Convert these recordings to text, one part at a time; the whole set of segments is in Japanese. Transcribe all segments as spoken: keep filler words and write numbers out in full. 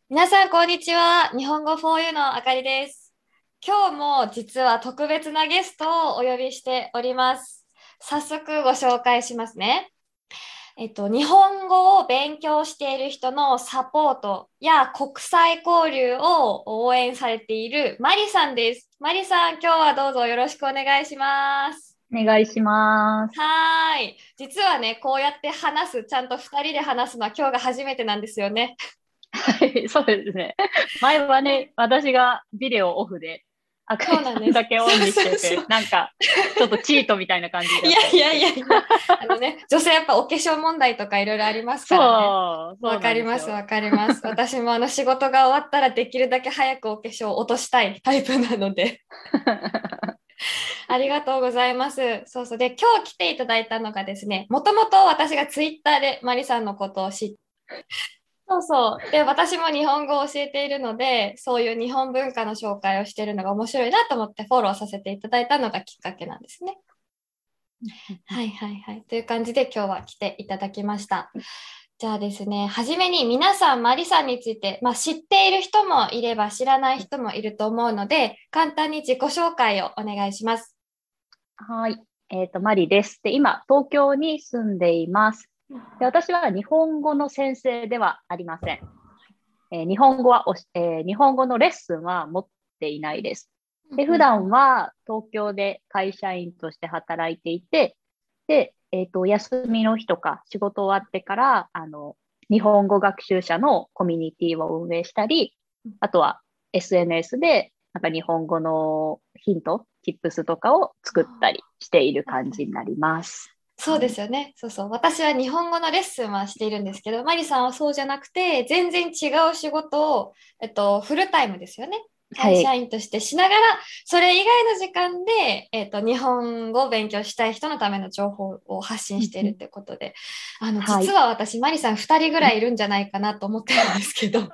皆さん、こんにちは。日本語 フォーユー のあかりです。今日も実は特別なゲストをお呼びしております。早速ご紹介しますね。えっと、日本語を勉強している人のサポートや国際交流を応援されているマリさんです。マリさん、今日はどうぞよろしくお願いします。 お願いします。 はーい。実はね、こうやって話す、ちゃんとふたりで話すのは今日が初めてなんですよね。 はい、そうですね。前はね、私がビデオオフで、あかりそうなんです。 さんだけオンそうにしてて、 そうそう。 なんか、ちょっとチートみたいな感じいやいやだったんですけど。 いやいや、あのね、女性やっぱお化粧問題とかいろいろありますからね。 そう、そうわかります、 なんですよ。 わかります。私もあの仕事が終わったらできるだけ早くお化粧を落としたいタイプなので、ありがとうございます。そうそう。で、今日来ていただいたのがですね、もともと私がツイッターでマリさんのことを知って、そうそう。で、私も日本語を教えているので、そういう日本文化の紹介をしているのが面白いなと思ってフォローさせていただいたのがきっかけなんですね。はいはいはい。という感じで今日は来ていただきました。じゃあですね、はじめに皆さん、マリさんについて、まあ、知っている人もいれば知らない人もいると思うので、簡単に自己紹介をお願いします。 はい。えっと、マリです。で、今、東京に住んでいます。で、私は日本語の先生ではありません。えー日本語はおし、えー日本語のレッスンは持っていないです。で、普段は東京で会社員として働いていて、で、えっと、休みの日とか仕事終わってから、あの、日本語学習者のコミュニティを運営したり、あとは エスエヌエス で、なんか日本語のヒント、チップスとかを作ったりしている感じになります。 そうはい。 ですよね。そうそう。私は日本語のレッスンはしているんですけど、マリさんはそうじゃなくて、全然違う仕事を、えっと、フルタイムですよね。会社はい。 員としてしながら、それ以外の時間で、えっと、日本語を勉強したい人のための情報を発信しているということで、あの、 はい。 実は私、マリさんふたりぐらいいるんじゃないかなと思ってるんですけど、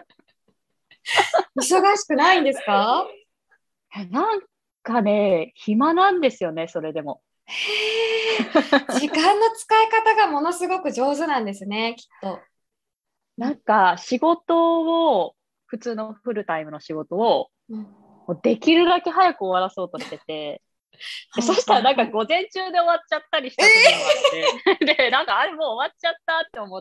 忙しくないんですか？ なんかね、暇なんですよね、それでも。 へー、時間の使い方がものすごく上手なんですね、きっと。うんなんか仕事を、普通のフルタイムの仕事を、 うん。 もうできるだけ早く終わらそうとしてて、ではいそしたらなんかはいはい。 午前中で終わっちゃったりしえた時もあっー、 て、で、なんかあれもう終わっちゃったって思って、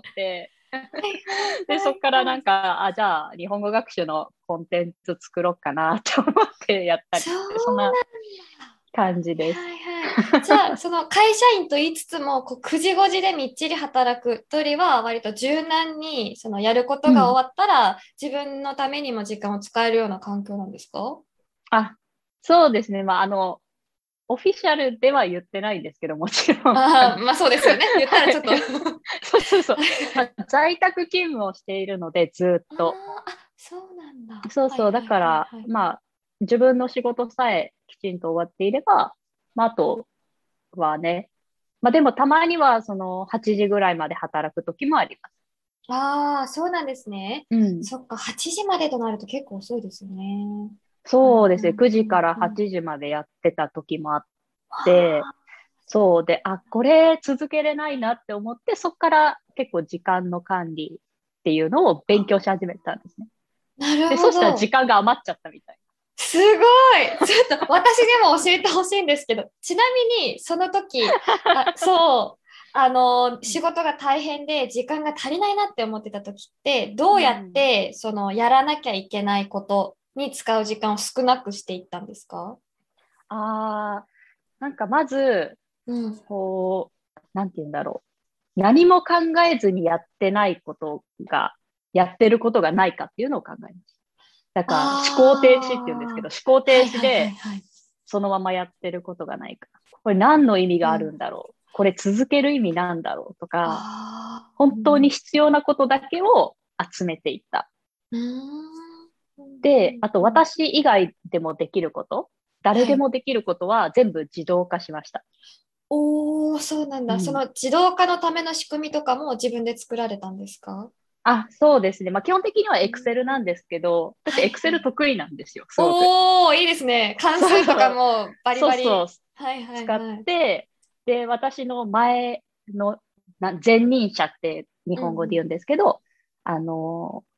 はいで、 はいそっからはいはい。 なんか、あ、じゃあ日本語学習のコンテンツ作ろうかなって思ってやったりそうして、そんななんだ。 感じです。 はいはい。じゃあ、その会社員と言いつつも、こうくじごじでみっちり働くとよりは、割と柔軟に、そのやることうん。 が終わったら、自分のためにも時間を使えるような環境なんですか？ あ、そうですね。まあ、あの、オフィシャルでは言ってないんですけど、もちろん、あの、 ああー、まあそうですよね。言ったらちょっと。ははい。そうそうそう。まい。 あ、在宅勤務をしているので、ずっあと。 ーあ、そうなんだ。 そうそう。だはいはいから、 はいはい。 まあ、自分の仕事さえきちんと終わっていれば、まあ、あとはね、まあでもたまには、その、はちじぐらいまで働く時もあります。 ああ、そうなんですね。 うん。 そっか、はちじまでとなると結構遅いですよね。はいそうですね。9 はいはい時からはい。 はちじまでやってた時もあっわて、 あ、 そうで、あ、これ続けれないなって思って、そこから結構時間の管理っていうのを勉強し始めたんですね。 なるで、そしたら時ほど。 間が余っちゃったみたい。 すごい。ちょっと私にも教えてほしいんですけど、ちなみにその時、あ、そう、あの、仕事が大変で時間が足りないなって思ってた時って、どうやっうん。 てそのやらなきゃいけないことに使う時間を少なくしていったんですか？ ああ、なんかまず、 うん。 こう、なんて言うんだろう。何も考えずにやってないことが、やってることがないかっていうのを考えます。だから思考停止って言うんですけど、 ああ、 思考はいはいはい停止ではい。 そのままやってることがないか。これ何の意味があるうん。 んだろう。これ続ける意味なんだろうとか、 ああ、 本当にうん。 必要なことだけを集めていった。 うーん。うんで、 うんあとうん。 私以外でもできること、誰はい。 でもできることは全部自動化しました。 おー、そうなんだ。そうん。 の自動化のための仕組みとかも自分で作られたんですか？ あ、そうですね。まあ基本的にはうん。 Excel なんですけど、私はいは Excel い。 得意なんですよ、すごく。 おー、いいですね。関数とかそうそう。 もバリそうそう。 バリ。はいはい使っはい。 て、で、私の前のな前任者って日うんうん。 本語で言うんですけど、あの、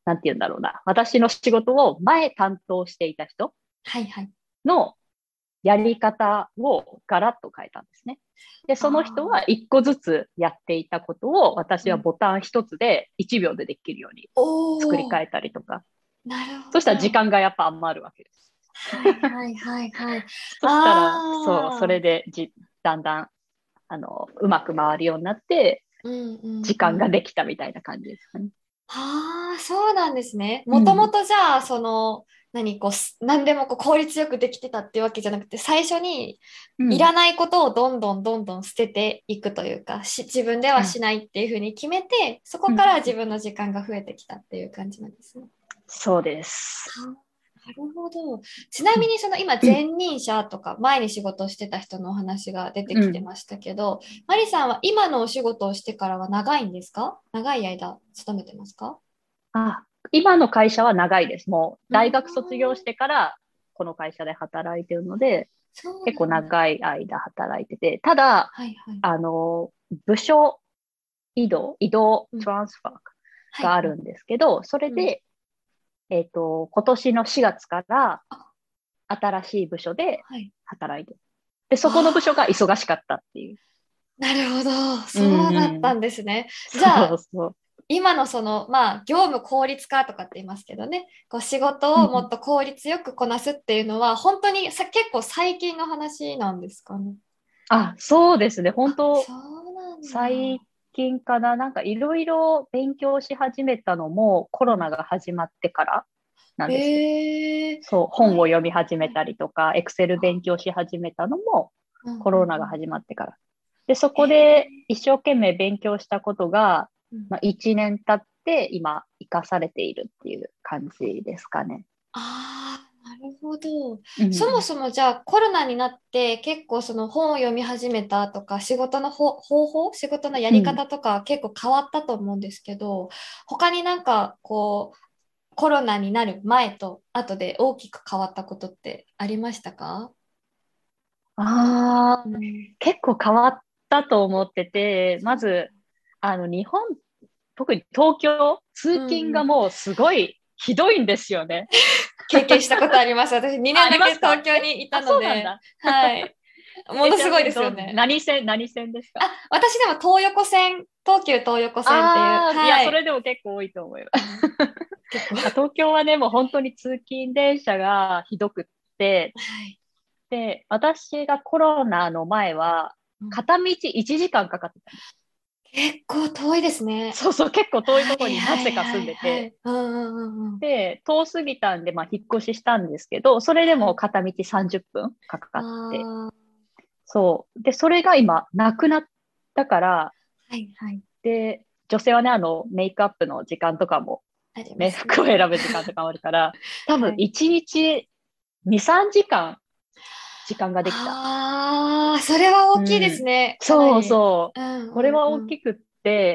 なんて言うんだろうな、私の仕事を前担当していた人はいはい。 のやり方をガラッと変えたんですね。で、その人は一個ずつやっていたことを私はボタン一つでいちびょうでできるように作りおお、 変えたりとか。 なるほそしたら時ど。 間がやっぱ余るわけです。 はいはいはいはい。 そしたら、そう、それああ、 でじだんだん、あの、うまく回るようになって、 うんうん時うん。 間ができたみたいな感じですかね。 はあ、そうなんですね。もともうん。 とじゃあ、その、何、こう、す何でもこう効率よくできてたっていうわけじゃなくて、最初にうん。 いらないことをどんどんどんどん捨てていくというか、し、自分ではあ、 しないっていうふうに決めて、そこうん。 から自分の時間が増えてきたっていう感じなんですね。 そうです。 はあ、なるほど。ちなうん。 みにその今前任者とか前に仕事をしてた人のお話が出てうん。 きてましたけど、マリさんは今のお仕事をしてからは長いんですか？長い間勤めてますか？ あ、今の会社は長いです。もううー大学卒業しん、 てからこの会社で働いてるので、 そう結構なんだ。 長い間働いてて、ただ、 はいはい。 あの、部署移動、移動、 うん。 トランスファーはいはい。 があるんですけど、それうん。 で、えっと、今年のしがつからあ、 新しい部署ではい。 働いてる。で、そこの部署があ忙しかったっていう。 あ、なるほど。 うそうだったん。 んですね。じそゃあ、 うそう。 今のその、まあ、業務効率化とかって言いますけどね、こう仕事をもっうん。 と効率よくこなすっていうのは、本当にさ、結構最近の話なんですかね。 あ、そうですね。本あ、 当そうなん最だ。 近かな。なんかいろいろ勉強し始めたのもコうん、 ロナが始まってからなんですよ。 へえ、 そう、本をはい読み始めはいはい。 たりとか、エクセルあ、 勉強し始めたのもうんコうんうん。 ロナが始まってから。で、そへこでえ、 一生懸命勉強したことが、 うん、 まあ、いちねん経って今生かされているっていう感じですかね。 ああ、なるほど。そもうん。 そもじゃあコロナになって結構その本を読み始めたとか仕事のほ方法、仕事のやりうん。 方とか結構変わったと思うんですけど、他になんかこうコロナになる前と後で大きく変わったことってありましたか？ ああ、 うん。 結構変わったと思ってて、まず、あの、日本、特に東京、通勤がうんうん。 もうすごいひどいんですよね。 経験したことあります。私2 あ、あ年だけりますか？ 東京えにいたあ、 ので、 そうなんだ。 はい。もえ、 のすごいちなみにど、 ですよね。 何線、何線ですか？ あ、私でも東横線、東急東横線っていう、 ああー、いや、 はい。 それでも結構多いと思います。 うん、結構。は東京はね、もう本当に通勤電車がひどくって、 い。 で、私がコロナの前は、 うん、 片道いちじかんかんかかってたんです。 結構遠いですね。 そうそう、結構遠いところはいになはいはぜか住んでて、 いはい。うんうんうんうん。 で、遠すぎたんで、まあ、引っ越ししたんですけど、それでもはい。 片道さんじゅっぷんかかって、 ああ、 そう。で、それが今、なくなったから、 はいはい。 で、女性はね、あの、メイクアップの時間とかも、ね、 あります服を選ね。 ぶ時間とかもあるから、多分はい。 いちにちに、さんじかん時間ができた。 ああ、それはう大きいですん。 ね。かなそうり。 そう。 うんこれはうんうん。 大きくって、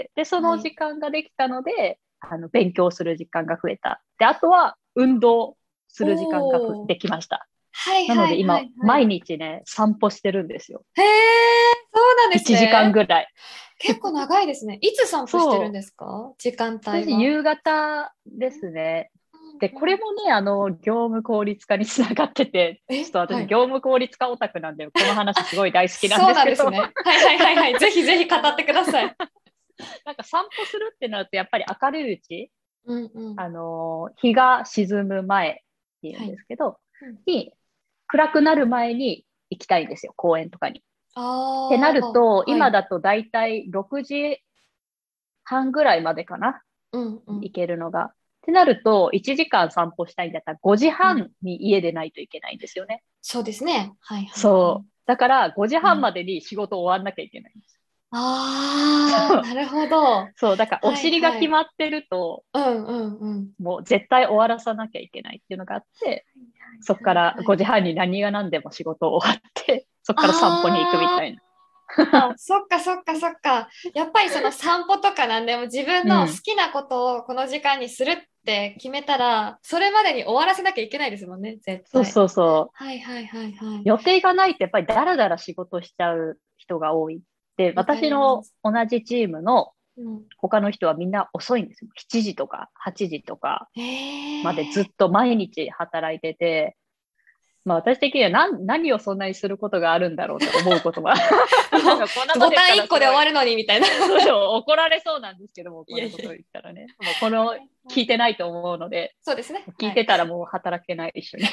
で、そはい。 の時間ができたので、あの、勉強する時間が増えた。で、あとは、運動する時間がふおお。 できました。 はいなので今、 はいはいはい。 毎日ね、散歩してるんですよ。 へえ、そうなんですいちじかんね。 ぐらい。 結構長いですね。いつ散歩してるんそう。 ですか？時間帯私、 は。 夕方でうんすね。で、 うんうん。 これもね、あの、業務効率化につながってて、ちえ、 ょっと私、 はい。 業務効率化オタクなんで、この話すごい大好きなんそうなんですけど、 ですね。はいはいはいはい。ぜひぜひ語あの、 ってください。 なんか散歩するってなると、やっぱり明るいうち、 うんうん。 あの、日が沈む前っていうんはい。 ですけど、 うん、 に、暗くなる前に行きたいんですよ、公園とかに。ってなああ、 ると、 はい。 今だとだいたいろくじはんぐらいまでかな、 うんうん行けるのが。ってなると、いちじかん散歩したいんだったら5 うん。 時半に家でないといけないんですよね。 そうですね。はいはいはい。 そう。だから5時はい。 半までに仕事終わんなきゃいけないんです。 ああ、 そう。 なるほど。 そう。だからおはい尻が決はい。 まってると、 うんうんうん。 もう絶対終わらさなきゃいけないっていうのがあって、そこからはいはいはい。 ごじはんに何が何でも仕事終わって、そこから散歩に行くみあたいな。 あ、そっかそっかそっか。やっぱりその散歩とかなんでも自分の好うん。 きなことをこの時間にするって決めたら、それまでに終わらせなきゃいけないですもんね、絶対。 そうそうそう。 はいはいはいはい。 予定がないとやっぱりダラダラ仕事しちゃう人が多い。で、 わか私のります。 同じチームのうん、 他の人はみんな遅いんですよ。しちじとかはちじとかまでずっへと毎日働いてて、まあ私的には何、何をそんなにすることがあるんだろうって思うことはなんかこんなこと言ったボタン1個で終らすごい、 わるのにみたいな。 そうそう怒られそうなんですけども、こんなこといやいや、 言ったらね。もうこの聞いてないと思うので、 そうですね。 聞いてたらもう働けない、一緒に。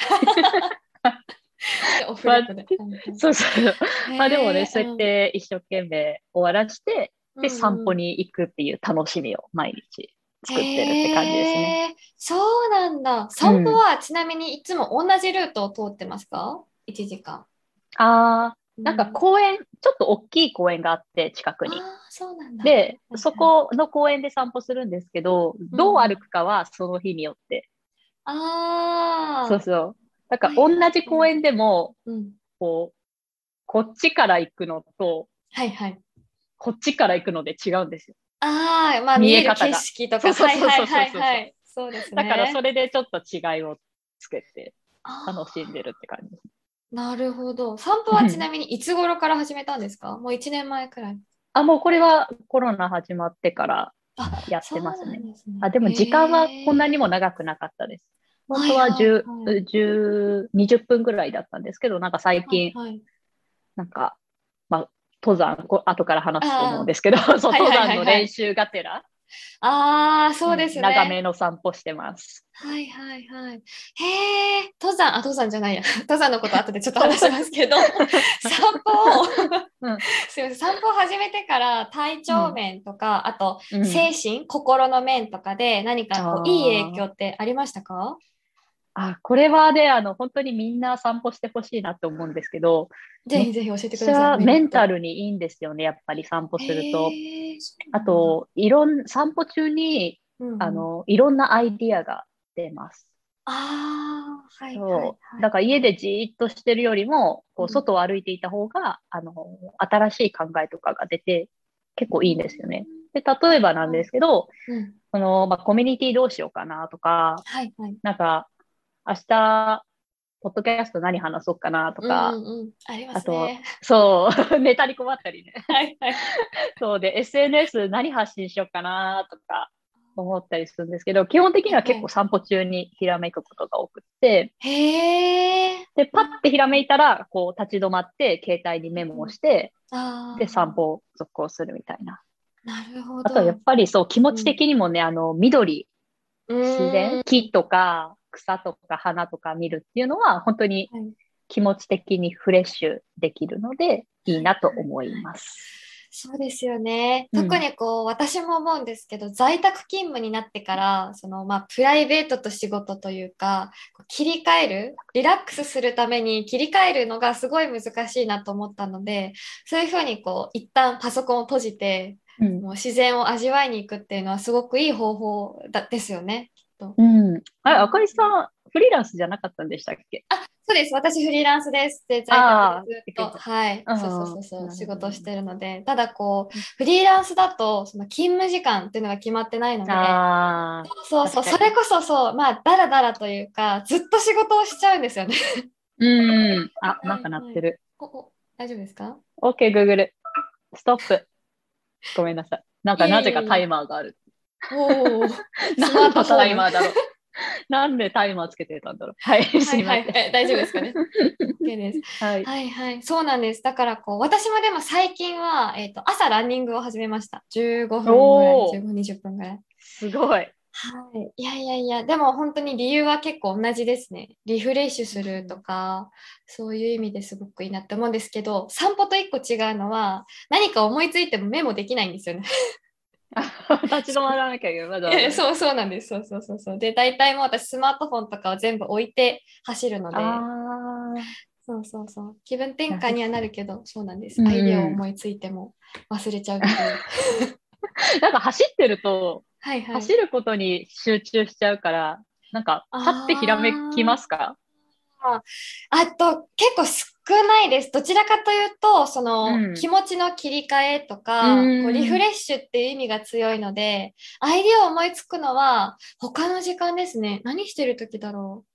でオフまあ、 レコで。 そうそう。まあでもね、 へえ、 そうやっうん、 て一生懸命終わらして、で、散うんうん。 歩に行くっていう楽しみを毎日作ってるって感じですね。 へえ、そうなんだ。 うん。 散歩はちなみにいつも同じルートを通ってますか？ いち 時間。 ああ、なんかうん。 公園、ちょっと大きい公園があって、近くあに。 あ、そうなんだ。はで、そいはい。 この公園で散歩するんですけど、どう歩うん。 くかはその日によって。そうあそう。だかあ、はいら同はいはい。 じ公園でも、 うん。 こう、こっちから行くのと、 はいはい。 こっちから行くので違うんですよ。 ああ、まあ見見える景え方が。 色とか。 そうそうはいはいそうそうそはいはい。 うそう。 そうですだからそね。 れでちょっと違いをつけて楽しんあでるって感じです。 あ、なるほど。散歩はちなみにいつ頃から始めたんですか？もういちねんまえくらい。 あ、もうこれはコロナ始まってからあ、 やっそうなんてますね。 ですね。 あ、でも時間はこんなにもへえ。 長くなかったです。本当ははいはいじゅう、 はい。 じゅう、にじゅっぷんぐらいだったんですけど、なんか最近、 はいはい。 なんか、まあ、登山、こ後から話すと思うんああ、 ですけど、そう、登はいはい山の練はいはい。 習がてら、 ああ、そうでうん、 すね。 長めの散歩してます。 はいはいはい。へえ、登山、あ、登山じゃないや。登山のこと後でちょっと話しますけど、散歩をうん、 すみません、散歩を始めてから体調うん、 面とか、あとうん。 精神、心の面とかで何かこういい影響あってありましたか？ あ、これはね、あの、本当にみんな散歩してほしいなと思うんですけど、めっぜひぜひ教えてくちださい、 ゃメンタメリット。 ルにいいんですよね、やっぱり散歩すると。 へえ、そうなんだ。 あと、いろん、散歩中に、 うんうん。 あの、いろんなアイディアが出ます。 ああ、はいはいそう。 はいだから家はい。 でじーっとしてるよりも、こう、 うん。 外を歩いていた方が、あの、新しい考えとかが出て、結構いいんですよね。で、例えばなんはいはい。 ですけど、 うん。 その、まあ、コミュニティどうしようかなとか、 はいはい。 なんか、明日、ポッドキャスト何話そうかなとうんか、 うんうん。ありまあと、 すね。 そう、ネタに困ったりね。 はいはい。 そうで、エスエヌエス 何発信しようかなとか思ったりするんですけど、基本的には結構はいはい。 散歩中にひらめくことが多くって、 へえ。 で、パッうんてひらめいたら、こう立ち止まって携帯にメモをうん。 して、で、散あ歩を続行するみたいな。 あ、なるほあとはやど。 っぱりそう、気持ちうん。 的にもね、あの、緑、 う自然、 ーん。 木とか草とか花とか見るっていうのは、本当にはい気持ち的にフレッシュできるので、いいはいはい。 なと思います。 そうですよね。特うん。 にこう、私も思うんですけど、在宅勤務になってから、その、まあ、プライベートと仕事というか、こう切り替える、リラックスするために切り替えるのがすごい難しいなと思ったので、そういうふうにこう、一旦パソコンを閉じて、 うん。 もう自然を味わいに行くっていうのはすごくいい方法だですよね、きっと。 うん。あれ、あかうん、 りさん、フリーランスじゃなかったんでしたっけ？ あ、そうです。私フリーランスです。で、在宅でああ、 ずっと、 びっくりした。 はい、そうそうああ、 そうそう、 な仕事をしるほどね。 てるので、ただこう、フリーランスだと、その勤務時間っていうのが決まってないので、 ああ、 そうそう、 確かに。 それこそそう、まあ、だらだらというか、ずっと仕事をしちゃうんですよね。 うん。あ、なんかはいはい。 鳴ってる。 お、お、大丈夫ですか？ OK、Google。ストップ。ごめんなさい。なんか、 いえなぜかタイいえいえ。 マーがある。 おお、スマート何のタイフォーム。 マーだろう。なんでタイマーつけてたんだろう。はい、すはいはい。 いません。 え、大丈夫ですかね。OK です。 はい。 はいはい。そうなんです。だからこう、私もでも最近は、えっと、朝ランニングを始めました。じゅうごふんぐらい、 おー、 じゅうご、にじゅっぷんぐらい。 すごい。 はい。いやいやいや、でも本当に理由は結構同じですね。リフレッシュうするとん。 か、そういう意味ですごくいいなって思うんですけど、散歩と一個違うのは、何か思いついてもメモできないんですよね。 立ち止まらなきゃいけない。わざわざね。 いやそうそうなんです。そうそうそうそう。で、大体もう私スマートフォンとかを全部置いて走るのあで、 あ、 そうそうそう。気分転なるほ換にはなるけど、そうなんです。 ど。うアイデアをん。 思いついても忘れちゃうっていう。 なんか走ってると、 はいはい。 走ることに集中しちゃうから、なんか、パッてひらめきあますか？ あ、あと結構少ないです。どちらかというと、その気うん。 持ちの切り替えとうか、こうリーん。 フレッシュっていう意味が強いので、アイデアを思いつくのは他の時間ですね。何してる時だろう。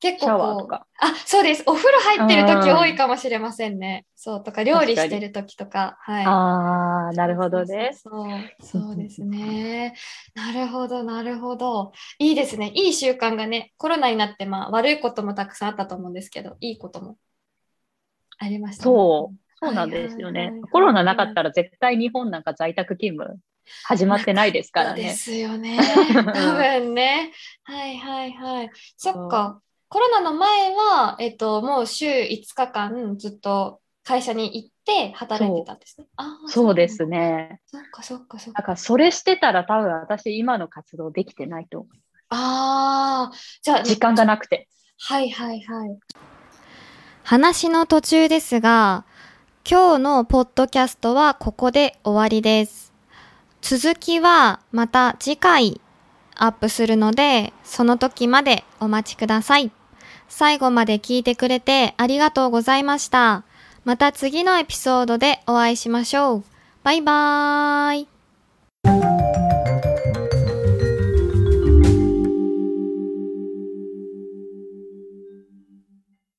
結シャ構こう、 ワーとか。 あ、そうです。お風呂入ってる時うん多いかもしれませんね。そう、とか料理してる時とか、はい。 ああ、なるほそうそうどね。 そう、そうですね。なるほど、なるほど。いいですね。いい習慣がね、コロナになって、まあ、悪いこともたくさんあったと思うんですけど、いいこともありましたね。 そう、そうはいなんはいはいですよね。コロナなかっはいはい。 たら絶対日本なんか在宅勤務始まなかっってないですかたらね。 ですよね。多分ね。はいはいはい。そっそうか。コロナの前は、えっと、もう週いつかかんずっと会社に行って働いてそう、 たんですね。ああ、そそうですうなんだ。 ね。 そっかそっかそっか。 だからそれしてたら多分私今の活動できてないと思う。 ああ、じゃあ、 時間がなくて。 はいはいはい。話の途中ですが、今日のポッドキャストはここで終わりです。続きはまた次回アップするので、その時までお待ちください。最後まで聞いてくれてありがとうございました。また次のエピソードでお会いしましょう。バイバーイ。